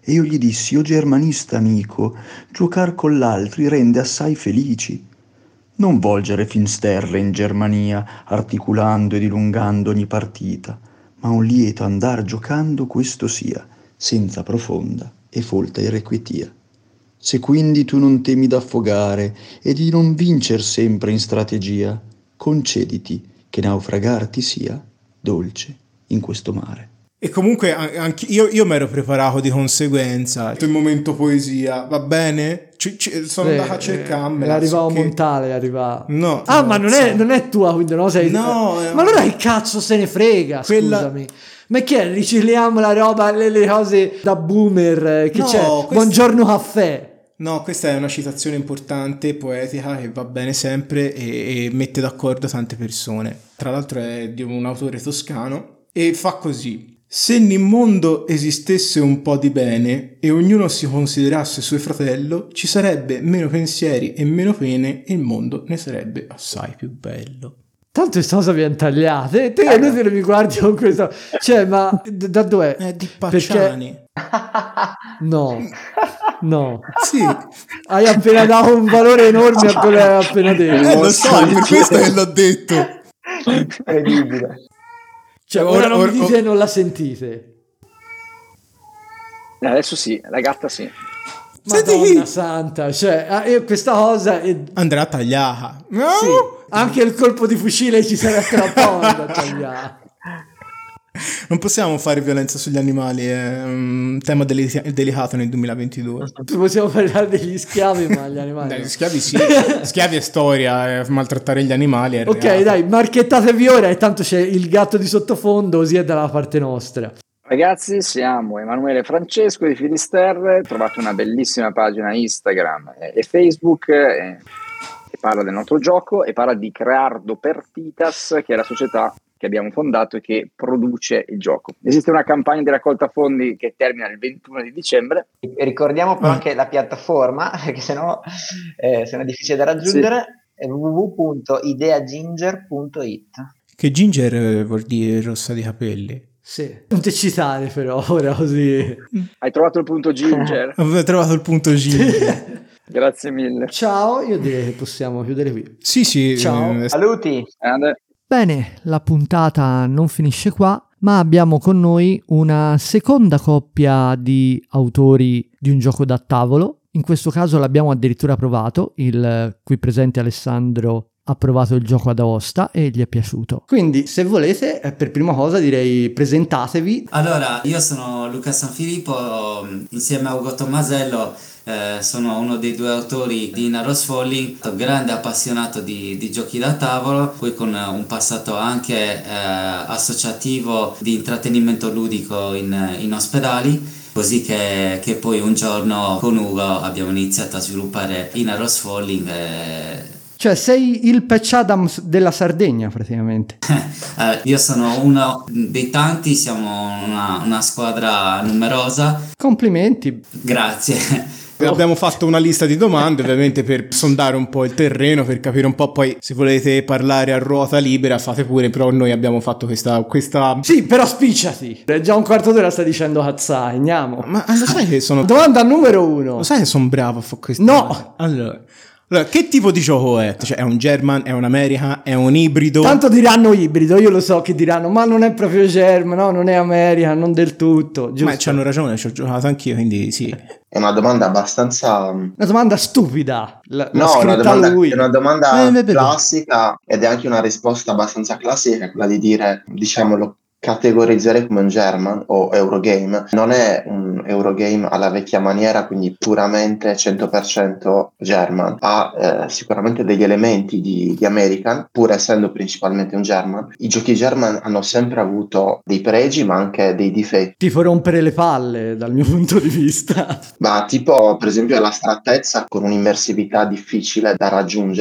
E io gli dissi: o germanista amico, giocar con l'altri rende assai felici. Non volgere Finsterre in Germania, articolando e dilungando ogni partita, ma un lieto andar giocando questo sia, senza profonda e folta irrequietia. Se quindi tu non temi d'affogare e di non vincer sempre in strategia, concediti che naufragarti sia dolce in questo mare. E comunque anche io, io mi ero preparato di conseguenza. Il momento poesia, va bene? C- c- sono eh, andato a cercarmela. Arrivava che... Montale, arriva. No. Ah, no, ma non è, non è tua, quindi no? Sei... No, Ma allora che cazzo se ne frega, quella... scusami. Ma che è? Ricicliamo la roba, le, le cose da boomer, che no, c'è? Questa... Buongiorno caffè. No, questa è una citazione importante, poetica, che va bene sempre e, e mette d'accordo tante persone. Tra l'altro è di un autore toscano e fa così. Se nel mondo esistesse un po' di bene e ognuno si considerasse suo fratello, ci sarebbe meno pensieri e meno pene e il mondo ne sarebbe assai più bello. Tanto questa cosa viene tagliata. E te eh, noi te mi guardi con questo. Cioè, ma d- da dov'è? È di Pacciani. Perché... No. No. Sì. Hai appena dato un valore enorme a quello che hai appena detto. Eh, lo so, è per questo che l'ho detto. Incredibile. Cioè, ora, ora non or, mi dite or... non la sentite. Adesso sì, la gatta sì. Madonna Senti... santa, cioè, io questa cosa è... andrà tagliata. No! Sì, anche il colpo di fucile ci sarà tra poco da tagliare. Non possiamo fare violenza sugli animali, è un tema deli- delicato nel duemilaventidue. Possiamo parlare degli schiavi, ma gli animali dai, no. Gli schiavi sì, schiavi è storia, è maltrattare gli animali è ok, reato. dai, marchettatevi ora e tanto c'è il gatto di sottofondo, così è dalla parte nostra. Ragazzi, siamo Emanuele e Francesco di Filisterre, trovate una bellissima pagina Instagram e Facebook e, che parla del nostro gioco e parla di Creardo Pertitas, che è la società che abbiamo fondato e che produce il gioco. Esiste una campagna di raccolta fondi che termina il ventuno di dicembre. E ricordiamo però anche la piattaforma, perché sennò eh, se no è difficile da raggiungere, sì. È w w w punto ideaginger punto it. Che ginger vuol dire rossa di capelli? Sì, non ti citare però ora così. Hai trovato il punto ginger? Avevo trovato il punto ginger. Grazie mille. Ciao, io direi che possiamo chiudere qui. Sì, sì. Ciao. Eh, Saluti. And... Bene, la puntata non finisce qua, ma abbiamo con noi una seconda coppia di autori di un gioco da tavolo. In questo caso l'abbiamo addirittura provato, il qui presente Alessandro ha provato il gioco ad Aosta e gli è piaciuto. Quindi, se volete, per prima cosa direi presentatevi. Allora, io sono Luca Sanfilippo, insieme a Ugo Tommasello eh, sono uno dei due autori di Naros Falling, grande appassionato di, di giochi da tavolo, poi con un passato anche eh, associativo di intrattenimento ludico in, in ospedali. Così che, che poi un giorno con Ugo abbiamo iniziato a sviluppare i Naros Falling. E... Cioè sei il Patch Adams della Sardegna praticamente. eh, io sono uno dei tanti, siamo una, una squadra numerosa. Complimenti. Grazie. Abbiamo fatto una lista di domande ovviamente per sondare un po' il terreno, per capire un po', poi se volete parlare a ruota libera fate pure, però noi abbiamo fatto questa... questa... Sì, però spicciati, è già un quarto d'ora stai dicendo cazzai, andiamo. Ma lo sai che sono... Domanda numero uno. Lo sai che sono bravo a fare questo? No! Allora... Allora, che tipo di gioco è? Cioè, è un German, è un American, è un ibrido? Tanto diranno ibrido, io lo so che diranno, ma non è proprio German, no, non è American, non del tutto, giusto? Ma c'hanno ragione, ci ho giocato anch'io, quindi sì. È una domanda abbastanza... Una domanda stupida. La, no, una domanda, lui. è una domanda eh, classica ed è anche una risposta abbastanza classica, quella di dire, diciamolo, categorizzare come un German o Eurogame. Non è un Eurogame alla vecchia maniera, quindi puramente cento per cento German. Ha eh, sicuramente degli elementi di, di American, pur essendo principalmente un German. I giochi German hanno sempre avuto dei pregi ma anche dei difetti. Tipo rompere le palle dal mio punto di vista. Ma tipo per esempio l'astrattezza con un'immersività difficile da raggiungere.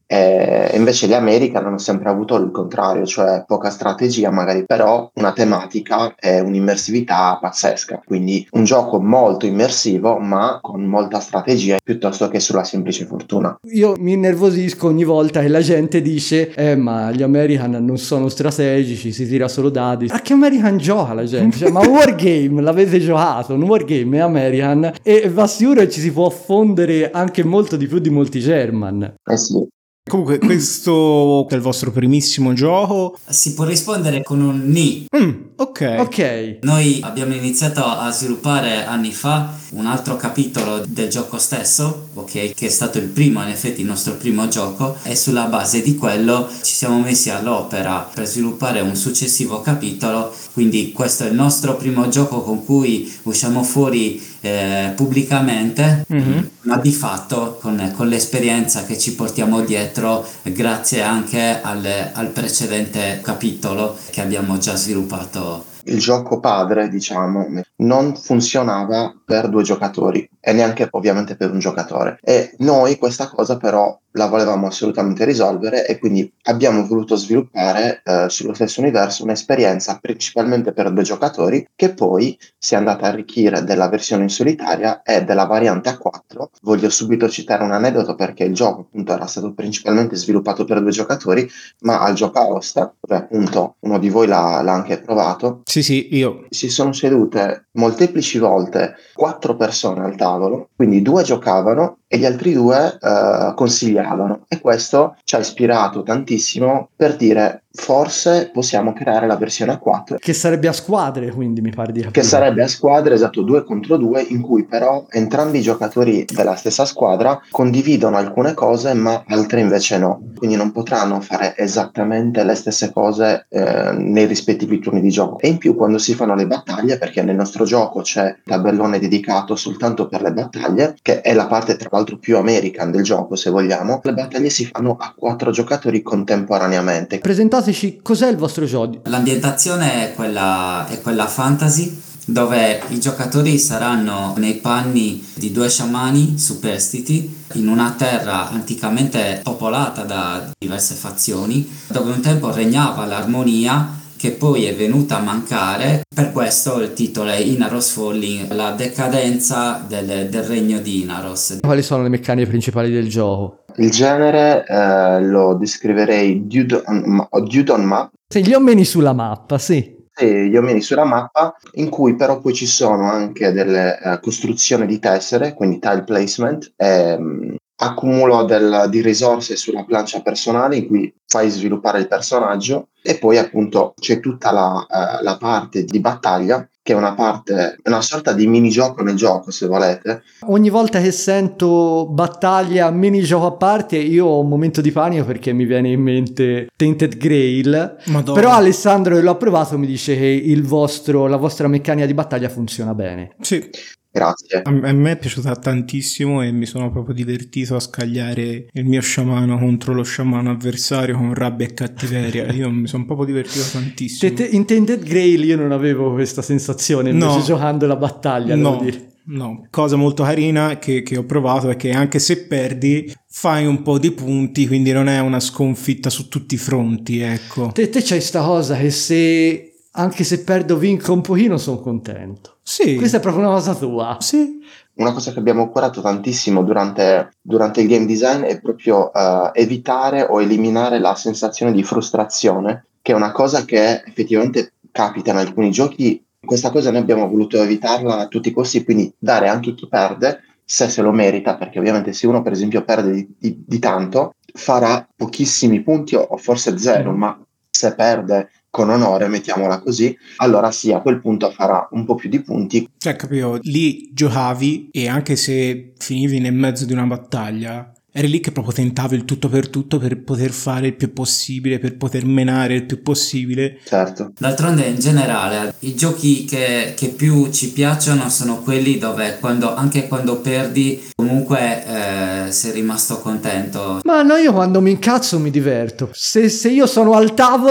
E invece gli American hanno sempre avuto il contrario, cioè poca strategia magari, però una tematica e un'immersività pazzesca, quindi un gioco molto immersivo ma con molta strategia piuttosto che sulla semplice fortuna. Io mi innervosisco ogni volta che la gente dice eh ma gli American non sono strategici, si tira solo dadi. A che American gioca la gente? Cioè, ma Wargame l'avete giocato? Un Wargame è American e va sicuro che ci si può fondere anche molto di più di molti German. Eh sì. Comunque questo è il vostro primissimo gioco? Si può rispondere con un ni. Mm, ok. Ok. Noi abbiamo iniziato a sviluppare anni fa un altro capitolo del gioco stesso, ok, che è stato il primo, in effetti il nostro primo gioco, e sulla base di quello ci siamo messi all'opera per sviluppare un successivo capitolo. Quindi questo è il nostro primo gioco con cui usciamo fuori eh, pubblicamente, mm-hmm. ma di fatto con, con l'esperienza che ci portiamo dietro grazie anche al, al precedente capitolo che abbiamo già sviluppato. Il gioco padre, diciamo, non funzionava per due giocatori e neanche ovviamente per un giocatore, e noi questa cosa però la volevamo assolutamente risolvere e quindi abbiamo voluto sviluppare eh, sullo stesso universo un'esperienza principalmente per due giocatori che poi si è andata a arricchire della versione in solitaria e della variante a quattro. Voglio subito citare un aneddoto perché il gioco appunto era stato principalmente sviluppato per due giocatori, ma al gioco a Osta, dove appunto uno di voi l'ha, l'ha anche provato. Sì, sì, io. Si sono sedute molteplici volte quattro persone al tavolo, quindi due giocavano e gli altri due uh, consigliavano, e questo ci ha ispirato tantissimo per dire forse possiamo creare la versione a quattro, che sarebbe a squadre, quindi mi pare di capire. Che sarebbe a squadre, esatto, due contro due, in cui però entrambi i giocatori della stessa squadra condividono alcune cose ma altre invece no, quindi non potranno fare esattamente le stesse cose eh, nei rispettivi turni di gioco. E in più quando si fanno le battaglie, perché nel nostro gioco c'è un tabellone dedicato soltanto per le battaglie, che è la parte tra l'altro più American del gioco se vogliamo, le battaglie si fanno a quattro giocatori contemporaneamente. Presentateci cos'è il vostro gioco. L'ambientazione è quella, è quella fantasy, dove i giocatori saranno nei panni di due sciamani superstiti in una terra anticamente popolata da diverse fazioni, dove un tempo regnava l'armonia che poi è venuta a mancare. Per questo il titolo è Inaros Falling, la decadenza del, del regno di Inaros. Quali sono le meccaniche principali del gioco? Il genere eh, lo descriverei Dude on, Dude on Map. Sì, gli uomini sulla mappa, sì. Gli uomini sulla mappa, in cui però poi ci sono anche delle uh, costruzioni di tessere, quindi tile placement, e, um, accumulo del, di risorse sulla plancia personale in cui fai sviluppare il personaggio, e poi appunto c'è tutta la, uh, la parte di battaglia, che è una parte, una sorta di minigioco nel gioco se volete. Ogni volta che sento battaglia, minigioco a parte, io ho un momento di panico perché mi viene in mente Tainted Grail. Madonna. Però Alessandro, che l'ho provato, mi dice che il vostro, la vostra meccanica di battaglia funziona bene. Sì. Grazie. A me è piaciuta tantissimo e mi sono proprio divertito a scagliare il mio sciamano contro lo sciamano avversario con rabbia e cattiveria. Io mi sono proprio divertito tantissimo. In Tainted Grail io non avevo questa sensazione invece no. giocando la battaglia, no. devo dire. No, cosa molto carina che, che ho provato è che anche se perdi fai un po' di punti, quindi non è una sconfitta su tutti i fronti, ecco. Te, te c'hai sta cosa che se anche se perdo vinco un pochino sono contento. Sì. Questa è proprio una cosa tua. Sì. Una cosa che abbiamo curato tantissimo durante, durante il game design è proprio uh, evitare o eliminare la sensazione di frustrazione, che è una cosa che effettivamente capita in alcuni giochi. Questa cosa noi abbiamo voluto evitarla a tutti i costi, quindi dare anche a chi perde, se se lo merita, perché ovviamente se uno per esempio perde di, di, di tanto, farà pochissimi punti o, o forse zero, mm. ma se perde con onore, mettiamola così, allora sì, a quel punto farà un po' più di punti. Cioè, capito, lì giocavi e anche se finivi nel mezzo di una battaglia, eri lì che proprio tentavi il tutto per tutto per poter fare il più possibile, per poter menare il più possibile. Certo. D'altronde in generale i giochi che, che più ci piacciono sono quelli dove quando, anche quando perdi comunque eh, sei rimasto contento. Ma no, io quando mi incazzo mi diverto. Se, se io sono al tavolo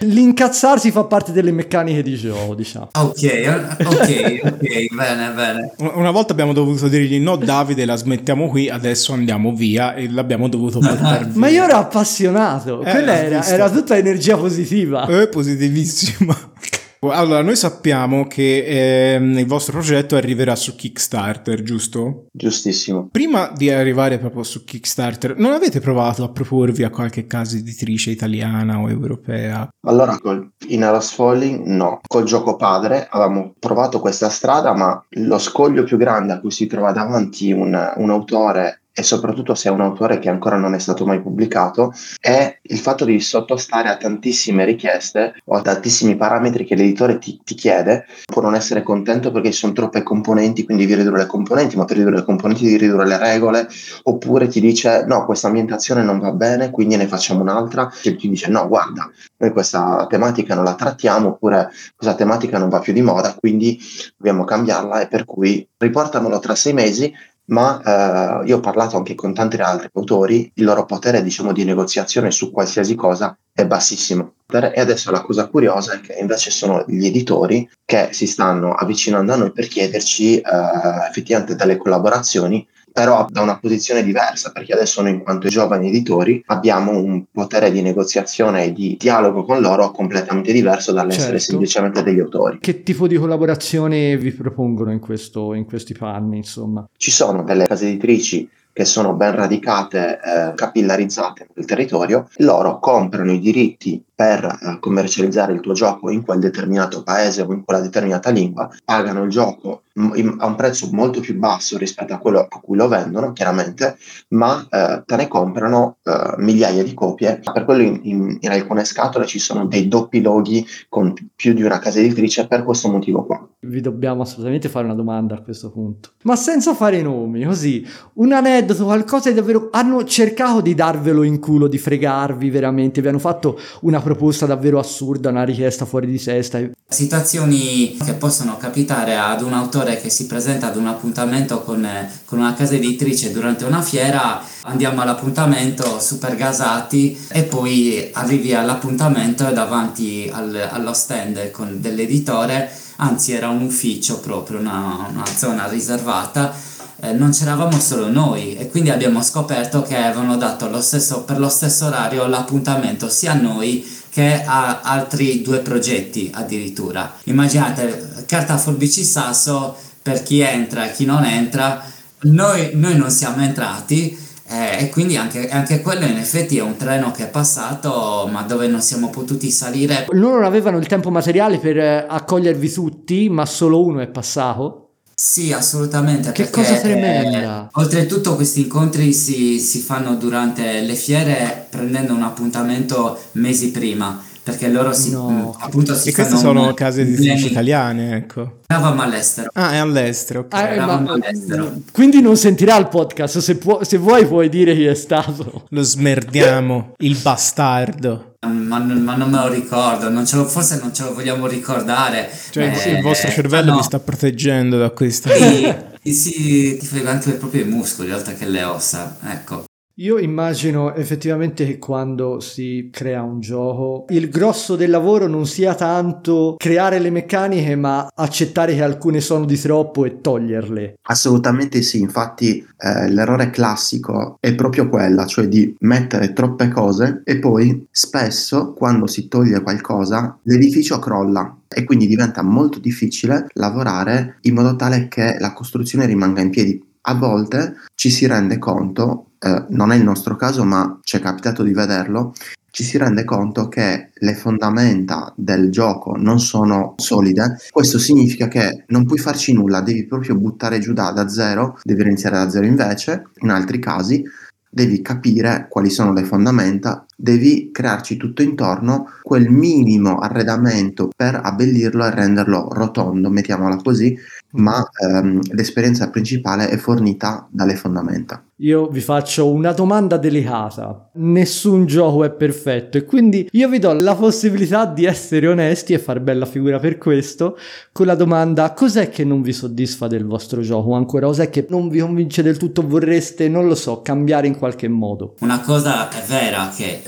L'incazzarsi fa parte delle meccaniche di gioco, diciamo. Ok, ok, ok, bene, bene. Una volta abbiamo dovuto dirgli no Davide, la smettiamo qui, adesso andiamo via, e l'abbiamo dovuto portare via. Ma io ero appassionato, Eh, quella l'ho era, visto. era tutta energia positiva. È positivissima. Allora, noi sappiamo che ehm, il vostro progetto arriverà su Kickstarter, giusto? Giustissimo. Prima di arrivare proprio su Kickstarter, non avete provato a proporvi a qualche casa editrice italiana o europea? Allora, col In Arrows Falling no. Col gioco padre avevamo provato questa strada, ma lo scoglio più grande a cui si trova davanti un, un autore, e soprattutto se è un autore che ancora non è stato mai pubblicato, è il fatto di sottostare a tantissime richieste o a tantissimi parametri che l'editore ti, ti chiede. Può non essere contento perché ci sono troppe componenti, quindi devi ridurre le componenti, ma per ridurre le componenti devi ridurre le regole, oppure ti dice no, questa ambientazione non va bene, quindi ne facciamo un'altra, e ti dice no, guarda, noi questa tematica non la trattiamo, oppure questa tematica non va più di moda, quindi dobbiamo cambiarla, e per cui riportamelo tra sei mesi. Ma eh, io ho parlato anche con tanti altri autori, il loro potere, diciamo, di negoziazione su qualsiasi cosa è bassissimo. E adesso la cosa curiosa è che invece sono gli editori che si stanno avvicinando a noi per chiederci eh, effettivamente delle collaborazioni, però da una posizione diversa, perché adesso noi, in quanto giovani editori, abbiamo un potere di negoziazione e di dialogo con loro completamente diverso dall'essere Certo. semplicemente degli autori. Che tipo di collaborazione vi propongono in, questo, in questi panni, insomma? Ci sono delle case editrici che sono ben radicate, eh, capillarizzate nel territorio. Loro comprano i diritti per eh, commercializzare il tuo gioco in quel determinato paese o in quella determinata lingua, pagano il gioco m- in- a un prezzo molto più basso rispetto a quello a cui lo vendono, chiaramente, ma eh, te ne comprano eh, migliaia di copie. Per quello in, in, in alcune scatole ci sono dei doppi loghi con più di una casa editrice per questo motivo qua. Vi dobbiamo assolutamente fare una domanda a questo punto. Ma senza fare nomi, così, un aneddoto, qualcosa di davvero... Hanno cercato di darvelo in culo, di fregarvi veramente? Vi hanno fatto una proposta davvero assurda, una richiesta fuori di testa? Situazioni che possono capitare ad un autore che si presenta ad un appuntamento con, con una casa editrice durante una fiera, andiamo all'appuntamento super gasati e poi arrivi all'appuntamento e davanti al, allo stand con dell'editore, anzi era un ufficio proprio, una, una zona riservata, eh, non c'eravamo solo noi e quindi abbiamo scoperto che avevano dato lo stesso, per lo stesso orario l'appuntamento sia a noi che a altri due progetti addirittura. Immaginate, carta forbici sasso per chi entra e chi non entra. Noi, noi non siamo entrati eh, e quindi anche, anche quello in effetti è un treno che è passato ma dove non siamo potuti salire. Loro non avevano il tempo materiale per eh, accogliervi tutti, ma solo uno è passato? Sì, assolutamente. Che perché, cosa tremenda! Eh, oltretutto questi incontri si, si fanno durante le fiere prendendo un appuntamento mesi prima, perché loro si, No. mh, appunto si E queste fanno sono un- case un editrici planning. italiane, ecco. Eravamo all'estero. Ah, è all'estero, ok. Ah, eh, eravamo ma- all'estero. quindi non sentirà il podcast, se, può- se vuoi puoi dire chi è stato. Lo smerdiamo, il bastardo. Ma, non- ma non me lo ricordo, non ce lo- forse non ce lo vogliamo ricordare. Cioè, Eh, il vostro cervello no. vi sta proteggendo da questa... Sì, sì, sì, ti frega anche proprio i muscoli oltre che le ossa, ecco. Io immagino effettivamente che quando si crea un gioco il grosso del lavoro non sia tanto creare le meccaniche ma accettare che alcune sono di troppo e toglierle. Assolutamente sì, infatti eh, l'errore classico è proprio quella, cioè di mettere troppe cose e poi spesso quando si toglie qualcosa l'edificio crolla e quindi diventa molto difficile lavorare in modo tale che la costruzione rimanga in piedi. A volte ci si rende conto, eh, non è il nostro caso ma ci è capitato di vederlo, ci si rende conto che le fondamenta del gioco non sono solide. Questo significa che non puoi farci nulla, devi proprio buttare giù da, da zero, devi iniziare da zero. Invece, in altri casi, devi capire quali sono le fondamenta, devi crearci tutto intorno, quel minimo arredamento per abbellirlo e renderlo rotondo, mettiamola così, ma ehm, l'esperienza principale è fornita dalle fondamenta. Io vi faccio una domanda delicata. Nessun gioco è perfetto e quindi io vi do la possibilità di essere onesti e far bella figura per questo con la domanda: cos'è che non vi soddisfa del vostro gioco ancora? Cos'è che non vi convince del tutto? Vorreste, non lo so, cambiare in qualche modo? Una cosa è vera che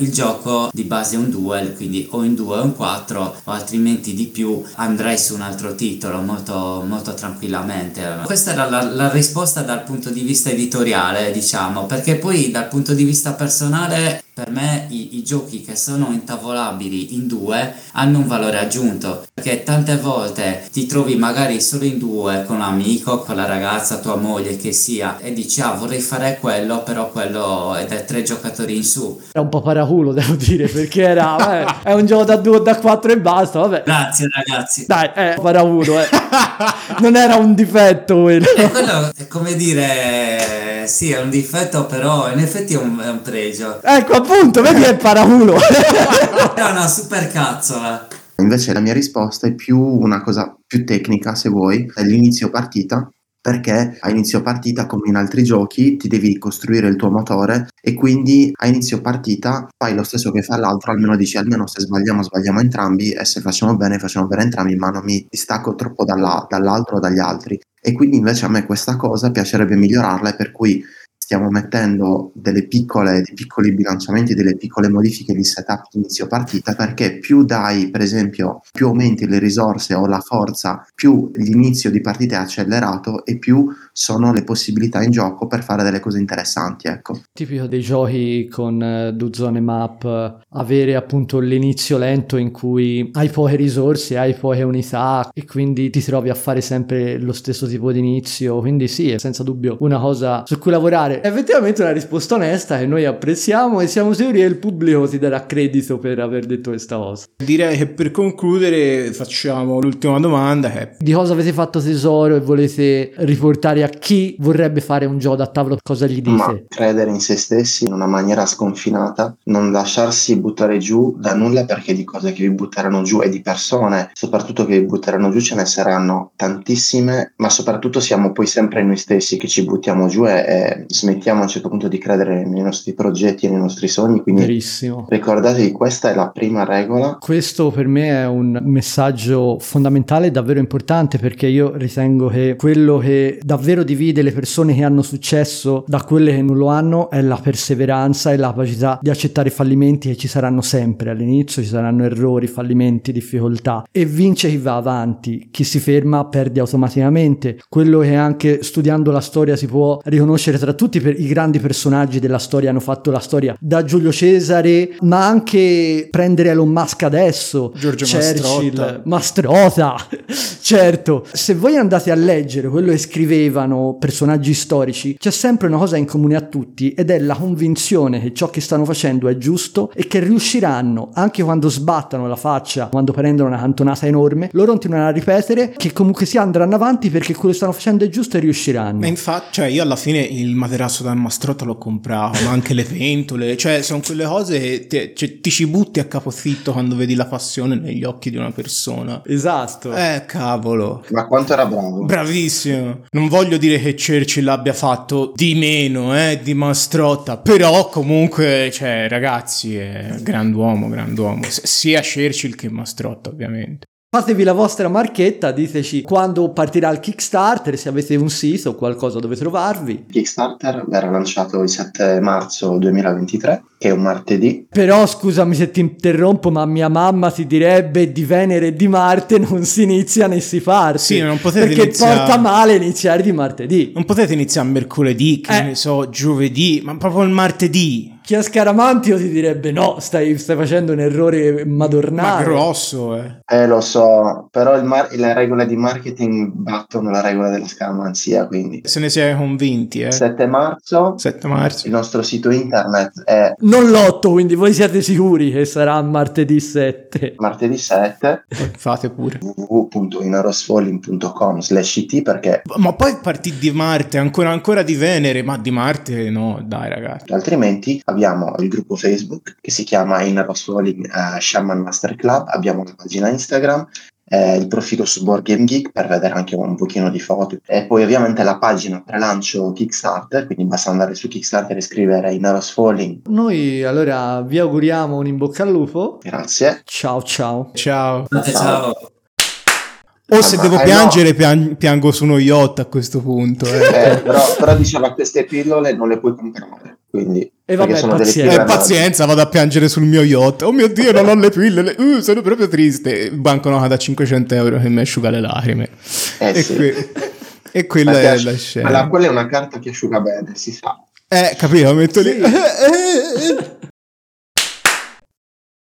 il gioco di base è un duel, quindi o in due o in quattro, o altrimenti di più andrei su un altro titolo molto, molto tranquillamente. Questa era la, la risposta dal punto di vista editoriale, diciamo, perché poi dal punto di vista personale per me i, i giochi che sono intavolabili in due hanno un valore aggiunto, perché tante volte ti trovi magari solo in due con un amico, con la ragazza, tua moglie, che sia, e dici ah vorrei fare quello, però quello è da tre giocatori in su. Era un po' paraculo, devo dire, perché era vabbè, è un gioco da due o da quattro e basta, vabbè. Grazie ragazzi. Dai, è paraculo, eh. Non era un difetto quello. E quello è come dire, sì, è un difetto, però in effetti è un, è un pregio. Ecco, appunto, vedi è paraculo. È una super cazzola. Invece la mia risposta è più una cosa più tecnica, se vuoi, è l'inizio partita, perché a inizio partita, come in altri giochi, ti devi costruire il tuo motore e quindi a inizio partita fai lo stesso che fa l'altro, almeno dici almeno se sbagliamo sbagliamo entrambi e se facciamo bene facciamo bene entrambi, ma non mi distacco troppo dalla, dall'altro o dagli altri. E quindi invece a me questa cosa piacerebbe migliorarla, e per cui stiamo mettendo delle piccole, dei piccoli bilanciamenti, delle piccole modifiche di setup di inizio partita, perché più dai, per esempio, più aumenti le risorse o la forza, più l'inizio di partita è accelerato e più sono le possibilità in gioco per fare delle cose interessanti, ecco. Tipico dei giochi con uh, due zone map, avere appunto l'inizio lento in cui hai poche risorse, hai poche unità e quindi ti trovi a fare sempre lo stesso tipo di inizio, quindi sì, è senza dubbio una cosa su cui lavorare. È effettivamente una risposta onesta che noi apprezziamo e siamo sicuri che il pubblico ti darà credito per aver detto questa cosa. Direi che per concludere facciamo l'ultima domanda, che di cosa avete fatto tesoro e volete riportare a chi vorrebbe fare un gioco da tavolo, cosa gli dite? Ma credere in se stessi in una maniera sconfinata, non lasciarsi buttare giù da nulla, perché di cose che vi butteranno giù e di persone soprattutto che vi butteranno giù ce ne saranno tantissime, ma soprattutto siamo poi sempre noi stessi che ci buttiamo giù e, e smettiamo a un certo punto di credere nei nostri progetti e nei nostri sogni, quindi verissimo, ricordatevi, questa è la prima regola. Questo per me è un messaggio fondamentale, davvero importante, perché io ritengo che quello che davvero divide le persone che hanno successo da quelle che non lo hanno è la perseveranza e la capacità di accettare i fallimenti, che ci saranno sempre all'inizio, ci saranno errori, fallimenti, difficoltà, e vince chi va avanti, chi si ferma perde automaticamente. Quello che anche studiando la storia si può riconoscere tra tutti, per i grandi personaggi della storia hanno fatto la storia, da Giulio Cesare, ma anche prendere Elon Musk adesso, Giorgio Churchill, Mastrota, Mastrota. Certo, se voi andate a leggere quello che scrivevano personaggi storici, c'è sempre una cosa in comune a tutti, ed è la convinzione che ciò che stanno facendo è giusto e che riusciranno, anche quando sbattano la faccia, quando prendono una cantonata enorme, loro continuano a ripetere che comunque si andranno avanti perché quello che stanno facendo è giusto e riusciranno. Ma infatti, cioè io alla fine il materasso da Mastrota l'ho comprato, ma anche le pentole, cioè sono quelle cose che ti, cioè, ti ci butti a capofitto quando vedi la passione negli occhi di una persona. Esatto. Eh cavolo. Ma quanto era bravo. Bravissimo. Non voglio dire che Churchill abbia fatto di meno eh, di Mastrota, però comunque, cioè ragazzi, è grand'uomo, grand'uomo, sia Churchill che Mastrota ovviamente. Fatevi la vostra marchetta, diteci quando partirà il Kickstarter, se avete un sito o qualcosa dove trovarvi. Kickstarter verrà lanciato il sette marzo duemilaventitré, che è un martedì. Però scusami se ti interrompo, ma mia mamma ti direbbe di Venere e di Marte non si inizia né si parte. Sì, non potete perché iniziare... porta male iniziare di martedì. Non potete iniziare mercoledì, che eh. ne so, giovedì, ma proprio il martedì. Chi a Scaramantio ti direbbe no, stai, stai facendo un errore madornale. Ma grosso, eh. Eh, lo so, però il mar- le regole di marketing battono la regola della scaramanzia, quindi. Se ne siete convinti, eh. sette marzo. sette marzo. Il nostro sito internet è... Non l'otto, quindi voi siete sicuri che sarà martedì sette. Martedì sette. Fate pure. w w w punto inarosfalling punto com slash it perché... Ma poi partì di Marte, ancora ancora di Venere, ma di Marte no, dai ragazzi. Altrimenti abbiamo il gruppo Facebook che si chiama Inarosfalling uh, Shaman Master Club, abbiamo la pagina Instagram, eh, il profilo su Board Game Geek per vedere anche un pochino di foto, e poi ovviamente la pagina pre-lancio Kickstarter, quindi basta andare su Kickstarter e scrivere Inarosfalling. Noi allora vi auguriamo un in bocca al lupo. Grazie. Ciao ciao. Ciao. Ciao. Ciao. O se Ah, devo eh, piangere no. pian- piango su uno yacht a questo punto. Eh. Eh, però, però diceva queste pillole non le puoi comprare, quindi... E vabbè, sono delle pazienza. pillole Eh, pazienza, vado a piangere sul mio yacht. Oh mio Dio, non ho le pillole. Uh, sono proprio triste. Banconota da cinquecento euro che mi asciuga le lacrime. Eh, e, sì. que- e quella Ma è che- la scena. Allora, quella è una carta che asciuga bene, si sa. Eh, capito? Metto lì. Sì.